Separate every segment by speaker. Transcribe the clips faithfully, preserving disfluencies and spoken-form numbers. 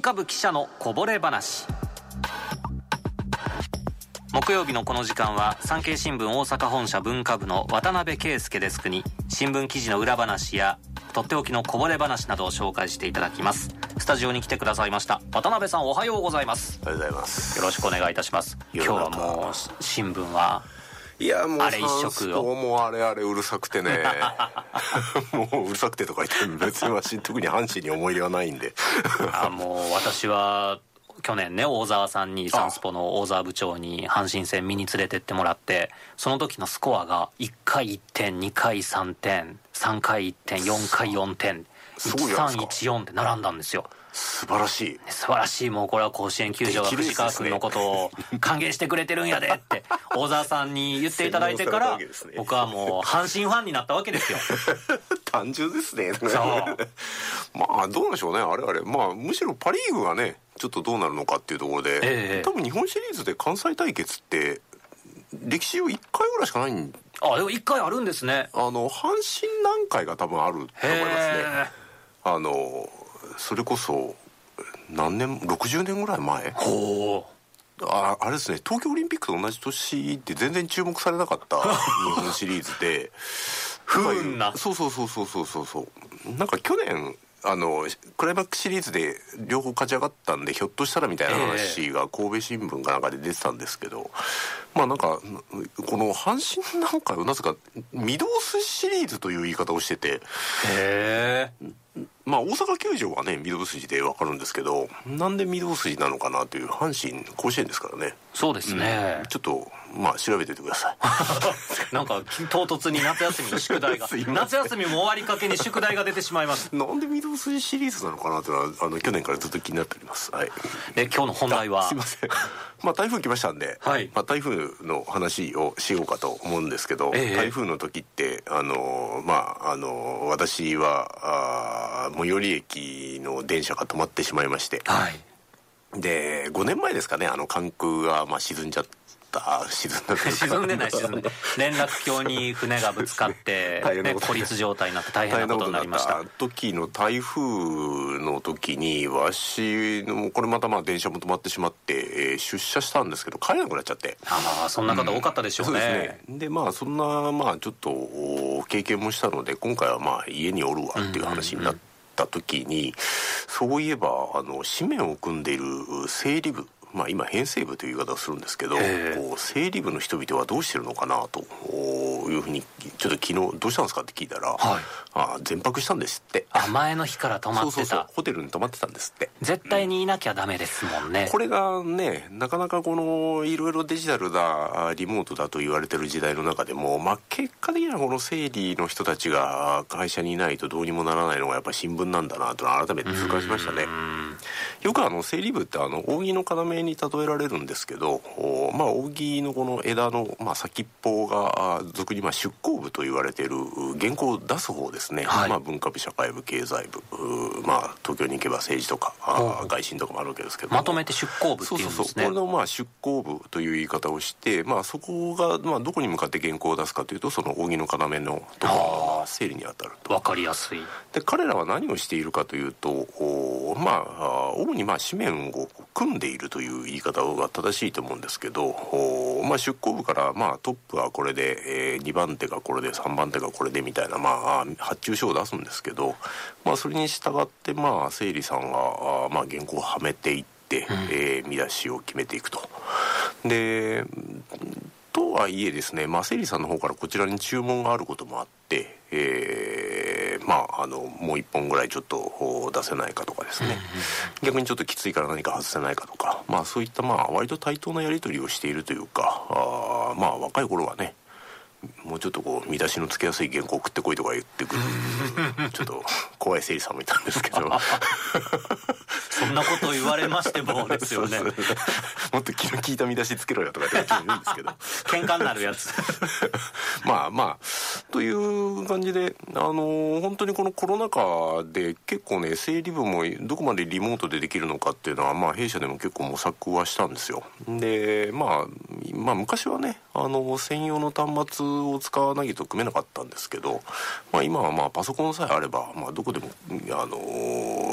Speaker 1: 化部記者のこぼれ話。木曜日のこの時間は産経新聞大阪本社文化部の渡辺圭介デスクに新聞記事の裏話やとっておきのこぼれ話などを紹介していただきます。スタジオに来てくださいました渡辺さん、おはようございます。
Speaker 2: おはようございます。
Speaker 1: よろしくお願いいたします。今日はもう新聞はい
Speaker 2: やもう
Speaker 1: あれ一色よ。
Speaker 2: もうあれあれうるさくてねもううるさくてとか言って別に私特に阪神に思い入れはないんで
Speaker 1: あもう私は去年ね、大沢さんにサンスポの大沢部長に阪神戦見に連れてってもらって、その時のスコアがいっかいいってん、にかいさんてん、さんかいいってん、よんかいよんてん、いちさんいちよんって並んだんですよ。
Speaker 2: 素晴らしい
Speaker 1: 素晴らしい。もうこれは甲子園球場が藤川君のことを歓迎してくれてるんやでって大沢さんに言っていただいてから僕はもう阪神ファンになったわけですよ
Speaker 2: 単純ですね
Speaker 1: そう
Speaker 2: まあどうなんでしょうね、あれあれ、まあむしろパ・リーグがねちょっとどうなるのかっていうところで、ええ、多分日本シリーズで関西対決って歴史上いっかいぐらいしかないん。
Speaker 1: あでもいっかいあるんですね。
Speaker 2: あの阪神南海が多分あると思いますね。あのそれこそ何年ろくじゅうねんぐらい前。
Speaker 1: ほう。
Speaker 2: あ, あれですね、東京オリンピックと同じ年って全然注目されなかった日本シリーズで
Speaker 1: 不運な。
Speaker 2: そうそうそうそうそうそうそうなんか去年あのクライマックスシリーズで両方勝ち上がったんでひょっとしたらみたいな話が神戸新聞かなんかで出てたんですけど、まあなんかこの阪神なんかなぜか御堂筋シリーズという言い方をしてて、
Speaker 1: へえ。
Speaker 2: まあ大阪球場はね御堂筋で分かるんですけど、なんで御堂筋なのかなという、阪神甲子園ですからね。
Speaker 1: そうですね、
Speaker 2: うん、ちょっとまあ調べておいてください
Speaker 1: なんか唐突に夏休みの宿題が夏休みも終わりかけに宿題が出てしまいました
Speaker 2: なんで御堂筋シリーズなのかなというのはあの去年からずっと気になっております。はい。
Speaker 1: で今日の本題は
Speaker 2: すいませんまあ台風来ましたんで、はい、まあ、台風の話をしようかと思うんですけど、ええ、台風の時ってあのまああの私はあ最寄り駅の電車が止まってしまいまして、はい、でごねんまえですかね、あの関空がまあ沈んじゃった沈んだ
Speaker 1: 沈んでない沈んで連絡橋に船がぶつかって、ね、孤立状態になって大変なことになりました。
Speaker 2: 時の台風の時にわしのこれまたまあ電車も止まってしまって、えー、出社したんですけど帰れなくなっちゃって。
Speaker 1: ああそんな方多かったでしょうね、うん、そうですね。
Speaker 2: でまあそんなまあちょっと経験もしたので今回はまあ家におるわっていう話になった時に、うんうんうん、そういえばあの紙面を組んでいる整理部、まあ、今編成部という言い方をするんですけど、えー、こう整理部の人々はどうしてるのかなというふうにちょっと昨日どうしたんですかって聞いたら、はい、あ全泊したんですって。
Speaker 1: あ前の日から泊まってた。
Speaker 2: そうそうそうホテルに泊まってたんですって。
Speaker 1: 絶対にいなきゃダメですもんね、
Speaker 2: うん、これがねなかなかこのいろいろデジタルだリモートだと言われてる時代の中でも、まあ、結果的にはこの整理の人たちが会社にいないとどうにもならないのがやっぱり新聞なんだなと改めて痛感しましたね。よくあの整理部ってあの扇の要に例えられるんですけど、まあ扇のこの枝の、まあ、先っぽが俗にまあ出稿部と言われている原稿を出す方ですね、はい、まあ、文化部社会部経済部、まあ、東京に行けば政治とか外信とかもあるわけですけど、
Speaker 1: まとめて出稿部っていうんですね。
Speaker 2: そうそうそう、これのまあ出稿部という言い方をして、まあ、そこがまあどこに向かって原稿を出すかというとその扇の要のところが整理に当たると。
Speaker 1: 分かりやすい。で
Speaker 2: 彼らは何をしているかというと、まあ主にまあ紙面を組んでいるという言い方が正しいと思うんですけど、まあ、出稿部からまあトップはこれで、えー、にばん手がこれでさんばん手がこれでみたいな、まあ、発注書を出すんですけど、まあ、それに従ってまあ整理さんがまあ原稿をはめていって、うん、えー、見出しを決めていくと。でとはいえですね、まあ、整理さんの方からこちらに注文があることもあって、えー、まああのもう一本ぐらいちょっと出せないかとかですね、うんうん、逆にちょっときついから何か外せないかとか、まあそういったまあ割と対等なやり取りをしているというか、あまあ若い頃はねもうちょっとこう見出しのつけやすい原稿送ってこいとか言ってくるちょっと怖い整理さんもいたんですけど
Speaker 1: そんなこと言われましてもですよね
Speaker 2: そうそうもっと気の利いた見出しつけろよとかって言うんですけど
Speaker 1: 喧嘩になるやつ
Speaker 2: まあまあという感じで、あのー、本当にこのコロナ禍で結構ね整理部もどこまでリモートでできるのかっていうのは、まあ、弊社でも結構模索はしたんですよ。で、まあ、まあ昔はねあの専用の端末を使わないと組めなかったんですけど、まあ、今はまあパソコンさえあれば、まあ、どこでも、あのー、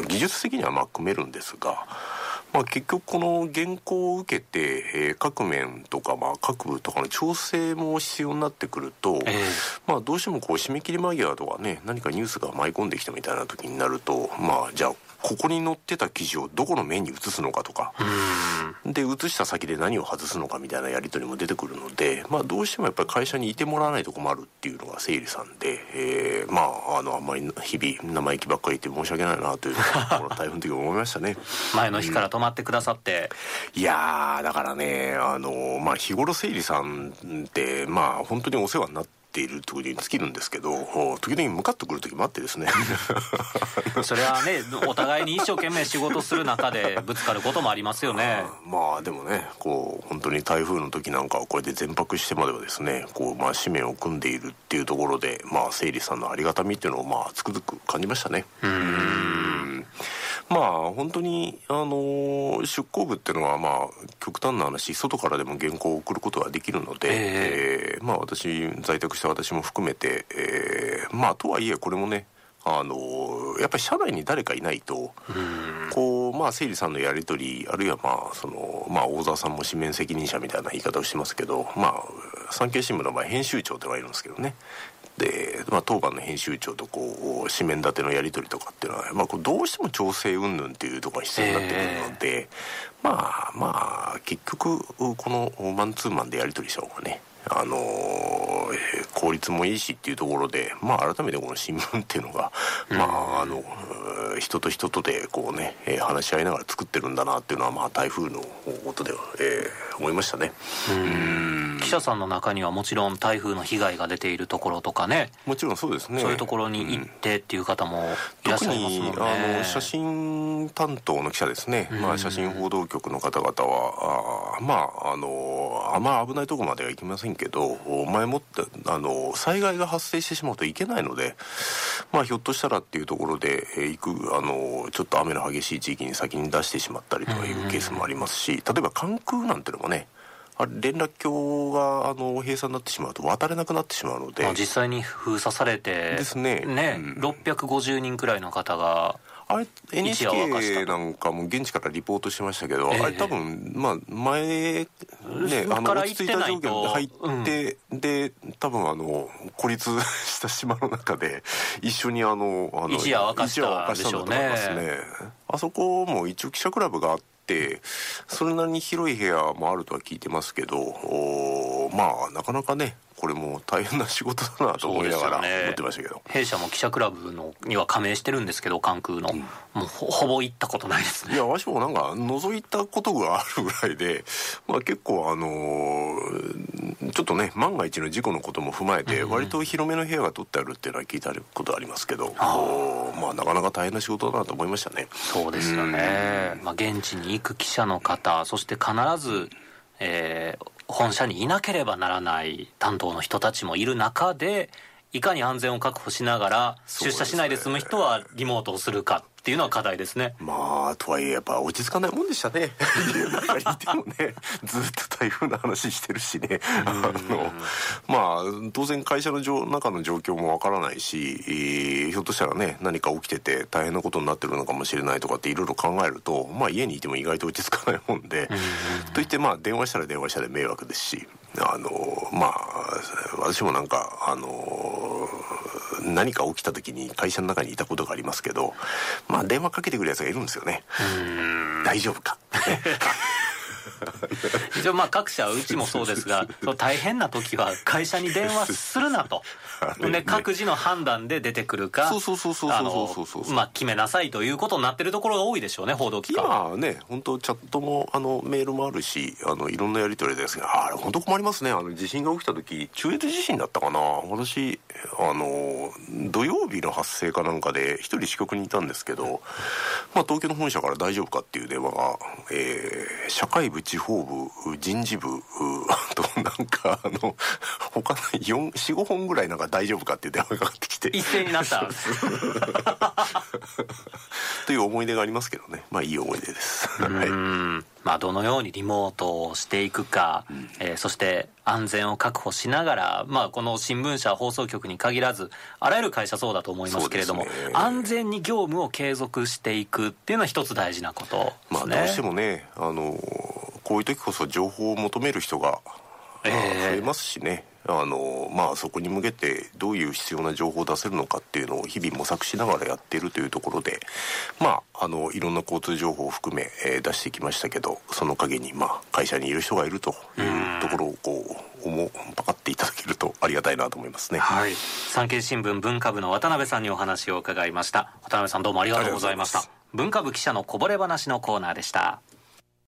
Speaker 2: 技術的にはまあ組めるんですが、まあ、結局この原稿を受けて、えー、各面とか、まあ、各部とかの調整も必要になってくると、えーまあ、どうしてもこう締め切り間際とかね、何かニュースが舞い込んできたみたいな時になると、まあじゃあここに載ってた記事をどこの面に移すのかとか、で移した先で何を外すのかみたいなやり取りも出てくるので、まあ、どうしてもやっぱり会社にいてもらわないと困るっていうのが整理さんで、えー、まああのあんまり日々生意気ばっかり言って申し訳ないなというのがこの台風の時思いましたね。
Speaker 1: 前の日から泊まってくださって、
Speaker 2: うん、いやーだからね、あの、まあ、日頃整理さんってまあ本当にお世話になってているところに尽きるんですけど、時々ムカッとくる時もあってですね
Speaker 1: それはね、お互いに一生懸命仕事する中でぶつかることもありますよね。
Speaker 2: あまあでもね、こう本当に台風の時なんかはこれで全泊してまではですね、こうまあ紙面を組んでいるっていうところで、まあ整理さんのありがたみっていうのをまあつくづく感じましたね。うーんまあ本当にあの出向部っていうのはまあ極端な話、外からでも原稿を送ることができるので、えーえー、まあ私在宅した私も含めて、えー、まあとはいえこれもね、あのやっぱり社内に誰かいないと、こうまあ整理さんのやり取り、あるいはまあそのまあ大沢さんも紙面責任者みたいな言い方をしてますけど、まあ産経新聞の場合編集長ってのがいるんですけどね。で、まあ、当番の編集長とこう紙面立てのやり取りとかっていうのは、まあ、こうどうしても調整云々っていうところが必要になってくるので、えー、まあまあ結局このマンツーマンでやり取りした方がね、あのー、効率もいいしっていうところで、まあ改めてこの新聞っていうのが、うん、まああの人と人とでこうね、えー、話し合いながら作ってるんだなっていうのは、まあ台風のことでは、えー、思いましたね。
Speaker 1: うんうん記者さんの中にはもちろん台風の被害が出ているところとかね、
Speaker 2: もちろんそうですね、
Speaker 1: そういうところに行ってっていう方もいらっしゃいますもんね。
Speaker 2: 特にあの写真担当の記者ですね、まあ、写真報道局の方々はあまああのあんま危ないところまでは行きませんけど、前もってあの災害が発生してしまうといけないので、まあ、ひょっとしたらっていうところで、えー、行くあのちょっと雨の激しい地域に先に出してしまったりとかいうケースもありますし、例えば関空なんてのもね、あれ連絡橋があの閉鎖になってしまうと渡れなくなってしまうので、まあ、
Speaker 1: 実際に封鎖されて
Speaker 2: ですね、
Speaker 1: ね、うん、ろっぴゃくごじゅうにんくらいの方が
Speaker 2: あれ エヌエイチケー なんかも現地からリポートしましたけど、えー、あれ多分まあ前ねあの落ち着いた状況で入って、うん、で多分あの孤立した島の中で一緒にあのあの
Speaker 1: 一夜明かしたんでしょうね。
Speaker 2: あそこも一応記者クラブがあって、それなりに広い部屋もあるとは聞いてますけど、まあなかなかねこれも大変な仕事だなと思いながら思ってましたけど、ね、
Speaker 1: 弊社も記者クラブのには加盟してるんですけど、関空の、うん、もう ほ, ほぼ行ったことないですね。
Speaker 2: いやわしもなんか覗いたことがあるぐらいで、まあ、結構あのー、ちょっとね万が一の事故のことも踏まえて割と広めの部屋が取ってあるっていうのは聞いたことありますけど、うん、まあなかなか大変な仕事だなと思いましたね。
Speaker 1: そうですよね、まあ、現地に行く記者の方、そして必ず、えー本社にいなければならない担当の人たちもいる中で、いかに安全を確保しながら出社しないで済む人はリモートをするかっていうのは課題ですね。
Speaker 2: まあとはいえやっぱ落ち着かないもんでしたね。家の中にいてもねずっと台風の話してるしねあのまあ当然会社の中の状況もわからないし、えー、ひょっとしたらね何か起きてて大変なことになってるのかもしれないとかっていろいろ考えると、まあ家にいても意外と落ち着かないもんで、といってまあ電話したら電話したで迷惑ですし、あのまあ私もなんかあの何か起きた時に会社の中にいたことがありますけど、まあ電話かけてくるやつがいるんですよね。うーん大丈夫か
Speaker 1: 一応まあ各社うちもそうですが大変な時は会社に電話するなとで各自の判断で出てくるか決めなさいということになってるところが多いでしょうね、報道機関。
Speaker 2: 今はね本当チャットもあのメールもあるし、あのいろんなやり取りですが、あれ本当困りますね。あの地震が起きた時、中越地震だったかな、私あの土曜日の発生かなんかで一人支局にいたんですけど、まあ、東京の本社から大丈夫かっていう電話が、えー、社会部地方部、人事部、あとなんかあの他のよん、ごほんぐらいなんか大丈夫かっていう電話がかかってきて
Speaker 1: 一斉になった
Speaker 2: という思い出がありますけどね。まあいい思い出です
Speaker 1: うん、はい、まあ、どのようにリモートをしていくか、うん、えー、そして安全を確保しながら、まあ、この新聞社放送局に限らずあらゆる会社そうだと思いますけれども、ね、安全に業務を継続していくっていうのは一つ大事なことですね。
Speaker 2: まあ、どうしてもね、あのこういう時こそ情報を求める人が、えー、増えますしね。あのまあ、そこに向けてどういう必要な情報を出せるのかっていうのを日々模索しながらやっているというところで、まあ、あのいろんな交通情報を含め、えー、出してきましたけど、その陰に、まあ、会社にいる人がいるというところをこう思う分かっていただけるとありがたいなと思いますね。
Speaker 1: はい、産経新聞文化部の渡辺さんにお話を伺いました。渡辺さん、どうもありがとうございました。文化部記者のこぼれ話のコーナーでした。